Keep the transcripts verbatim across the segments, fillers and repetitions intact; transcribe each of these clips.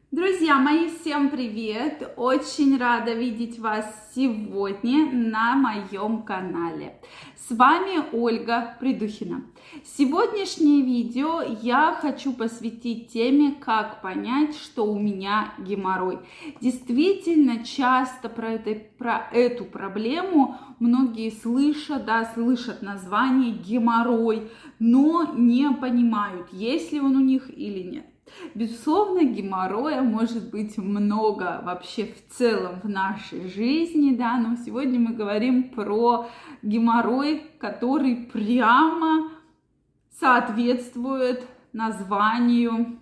Друзья мои, всем привет! Очень рада видеть вас сегодня на моем канале. С вами Ольга Придухина. Сегодняшнее видео я хочу посвятить теме, как понять, что у меня геморрой. Действительно, часто про, это, про эту проблему многие слышат, да, слышат название геморрой, но не понимают, есть ли он у них или нет. Безусловно, геморроя может быть много вообще в целом в нашей жизни, да, но сегодня мы говорим про геморрой, который прямо соответствует названию,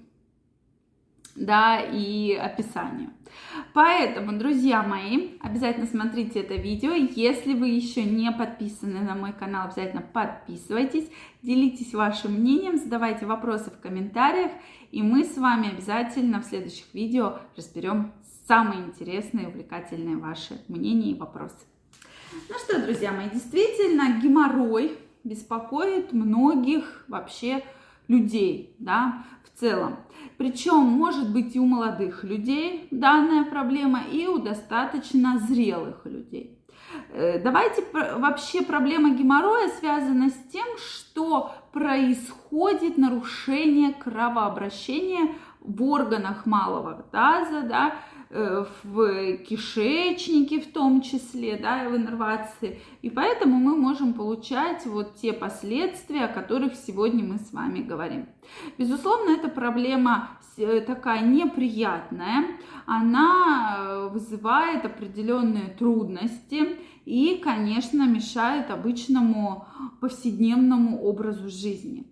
да, и описанию. Поэтому, друзья мои, обязательно смотрите это видео. Если вы еще не подписаны на мой канал, обязательно подписывайтесь, делитесь вашим мнением, задавайте вопросы в комментариях, и мы с вами обязательно в следующих видео разберем самые интересные и увлекательные ваши мнения и вопросы. Ну что, друзья мои, действительно, геморрой беспокоит многих вообще людей, да, в целом. Причем может быть и у молодых людей данная проблема, и у достаточно зрелых людей. Давайте вообще проблема геморроя связана с тем, что происходит нарушение кровообращения в органах малого таза, да, в кишечнике в том числе, да, в иннервации. И поэтому мы можем получать вот те последствия, о которых сегодня мы с вами говорим. Безусловно, эта проблема такая неприятная, она вызывает определенные трудности и, конечно, мешает обычному повседневному образу жизни.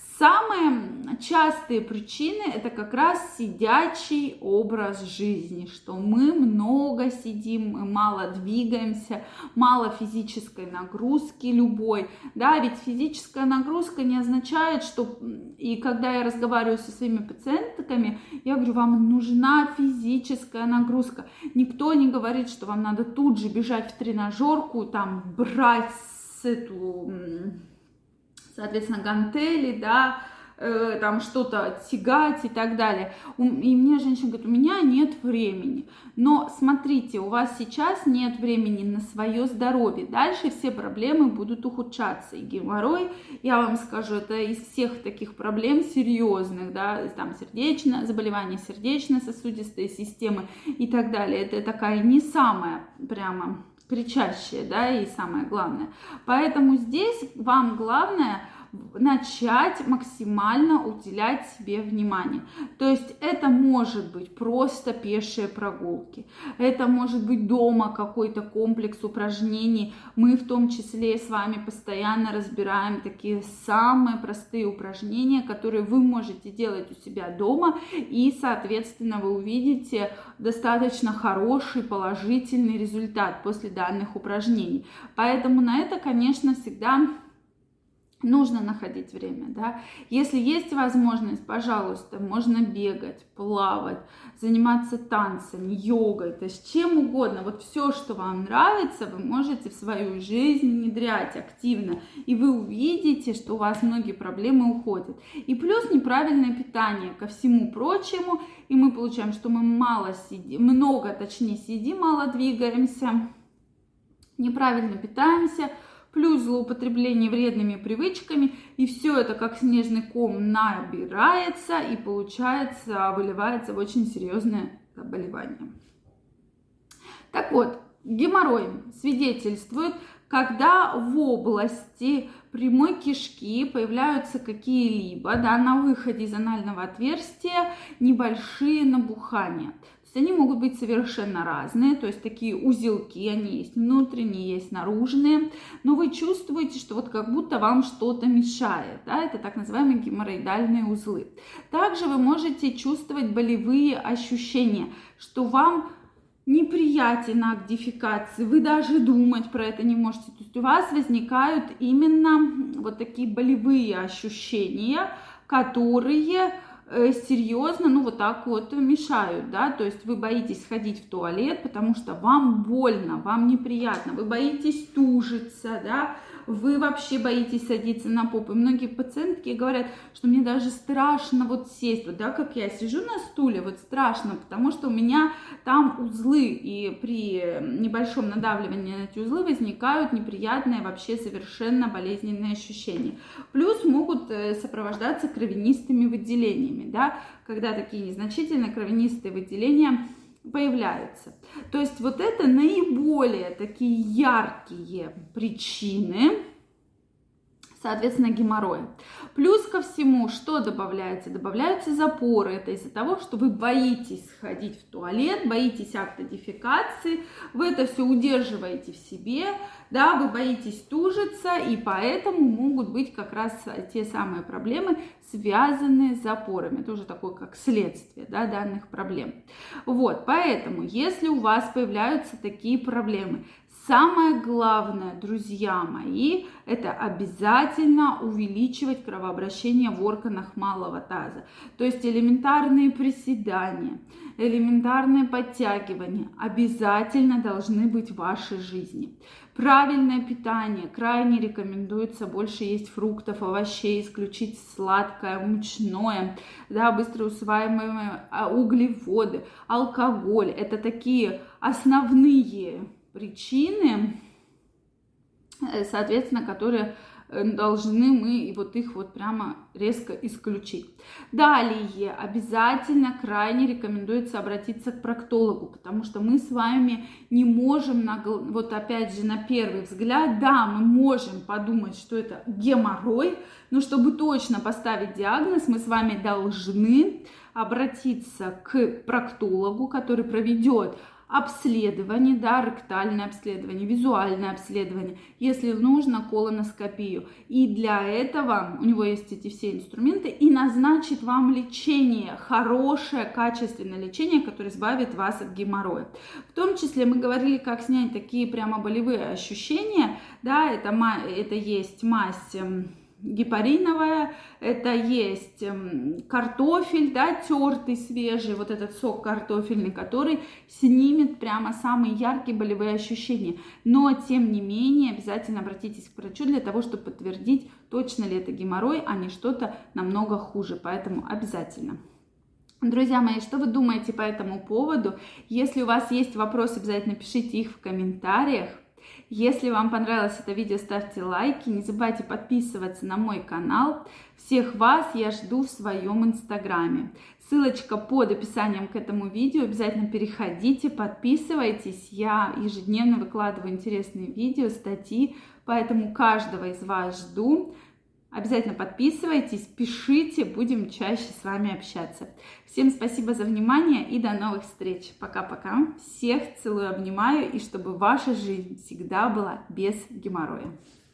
Самые частые причины – это как раз сидячий образ жизни, что мы много сидим, мы мало двигаемся, мало физической нагрузки любой, да, ведь физическая нагрузка не означает, что, и когда я разговариваю со своими пациентками, я говорю, вам нужна физическая нагрузка, никто не говорит, что вам надо тут же бежать в тренажерку, там, брать с эту... соответственно, гантели, да, э, там что-то тягать и так далее. И мне женщина говорит, у меня нет времени. Но смотрите, у вас сейчас нет времени на свое здоровье. Дальше все проблемы будут ухудшаться. И геморрой, я вам скажу, это из всех таких проблем серьезных, да, там сердечное, заболевание сердечно-сосудистой системы и так далее. Это такая не самая прямо... кричащее, да, и самое главное. Поэтому здесь вам главное начать максимально уделять себе внимание. То есть это может быть просто пешие прогулки, это может быть дома какой-то комплекс упражнений. Мы в том числе с вами постоянно разбираем такие самые простые упражнения, которые вы можете делать у себя дома, и, соответственно, вы увидите достаточно хороший положительный результат после данных упражнений. Поэтому на это, конечно, всегда нужно находить время, да. Если есть возможность, пожалуйста, можно бегать, плавать, заниматься танцами, йогой, то есть чем угодно. Вот все, что вам нравится, вы можете в свою жизнь внедрять активно, и вы увидите, что у вас многие проблемы уходят. И плюс неправильное питание ко всему прочему, и мы получаем, что мы мало сидим, много, точнее, сидим, мало двигаемся, неправильно питаемся, плюс злоупотребление вредными привычками, и все это как снежный ком набирается и получается, выливается в очень серьезное заболевание. Так вот, геморрой свидетельствует, когда в области прямой кишки появляются какие-либо, да, на выходе из анального отверстия небольшие набухания. То есть они могут быть совершенно разные, то есть такие узелки, они есть внутренние, есть наружные, но вы чувствуете, что вот как будто вам что-то мешает, да, это так называемые геморроидальные узлы. Также вы можете чувствовать болевые ощущения, что вам неприятен акт дефекации, вы даже думать про это не можете, то есть у вас возникают именно вот такие болевые ощущения, которые серьезно, ну вот так вот мешают, да, то есть вы боитесь ходить в туалет, потому что вам больно, вам неприятно, вы боитесь тужиться, да, вы вообще боитесь садиться на попу. И многие пациентки говорят, что мне даже страшно вот сесть, вот, да, как я сижу на стуле, вот страшно, потому что у меня там узлы, и при небольшом надавливании на эти узлы возникают неприятные, вообще совершенно болезненные ощущения. Плюс могут сопровождаться кровянистыми выделениями, да, когда такие незначительные кровянистые выделения появляются. То есть вот это наиболее такие яркие причины, соответственно, геморроя. Плюс ко всему, что добавляется? Добавляются запоры. Это из-за того, что вы боитесь сходить в туалет, боитесь акта дефекации, вы это все удерживаете в себе, да, вы боитесь тужиться, и поэтому могут быть как раз те самые проблемы, связанные с запорами. Это уже такое как следствие, да, данных проблем. Вот, поэтому, если у вас появляются такие проблемы, самое главное, друзья мои, это обязательно увеличивать кровообращение в органах малого таза. То есть элементарные приседания, элементарные подтягивания обязательно должны быть в вашей жизни. Правильное питание. Крайне рекомендуется больше есть фруктов, овощей, исключить сладкое, мучное, да, быстро усваиваемые углеводы, алкоголь. Это такие основные причины, соответственно, которые должны мы вот их вот прямо резко исключить. Далее обязательно крайне рекомендуется обратиться к проктологу, потому что мы с вами не можем, на, вот опять же на первый взгляд, да, мы можем подумать, что это геморрой, но чтобы точно поставить диагноз, мы с вами должны обратиться к проктологу, который проведет обследование, да, ректальное обследование, визуальное обследование, если нужно, колоноскопию. И для этого у него есть эти все инструменты и назначит вам лечение, хорошее, качественное лечение, которое избавит вас от геморроя. В том числе мы говорили, как снять такие прямо болевые ощущения, да, это, это есть мазь гепариновая, это есть картофель, да, тертый, свежий, вот этот сок картофельный, который снимет прямо самые яркие болевые ощущения. Но, тем не менее, обязательно обратитесь к врачу для того, чтобы подтвердить, точно ли это геморрой, а не что-то намного хуже. Поэтому обязательно. Друзья мои, что вы думаете по этому поводу? Если у вас есть вопросы, обязательно пишите их в комментариях. Если вам понравилось это видео, ставьте лайки, не забывайте подписываться на мой канал. Всех вас я жду в своем инстаграме. Ссылочка под описанием к этому видео, обязательно переходите, подписывайтесь. Я ежедневно выкладываю интересные видео, статьи, поэтому каждого из вас жду. Обязательно подписывайтесь, пишите, будем чаще с вами общаться. Всем спасибо за внимание и до новых встреч. Пока-пока. Всех целую, обнимаю, и чтобы ваша жизнь всегда была без геморроя.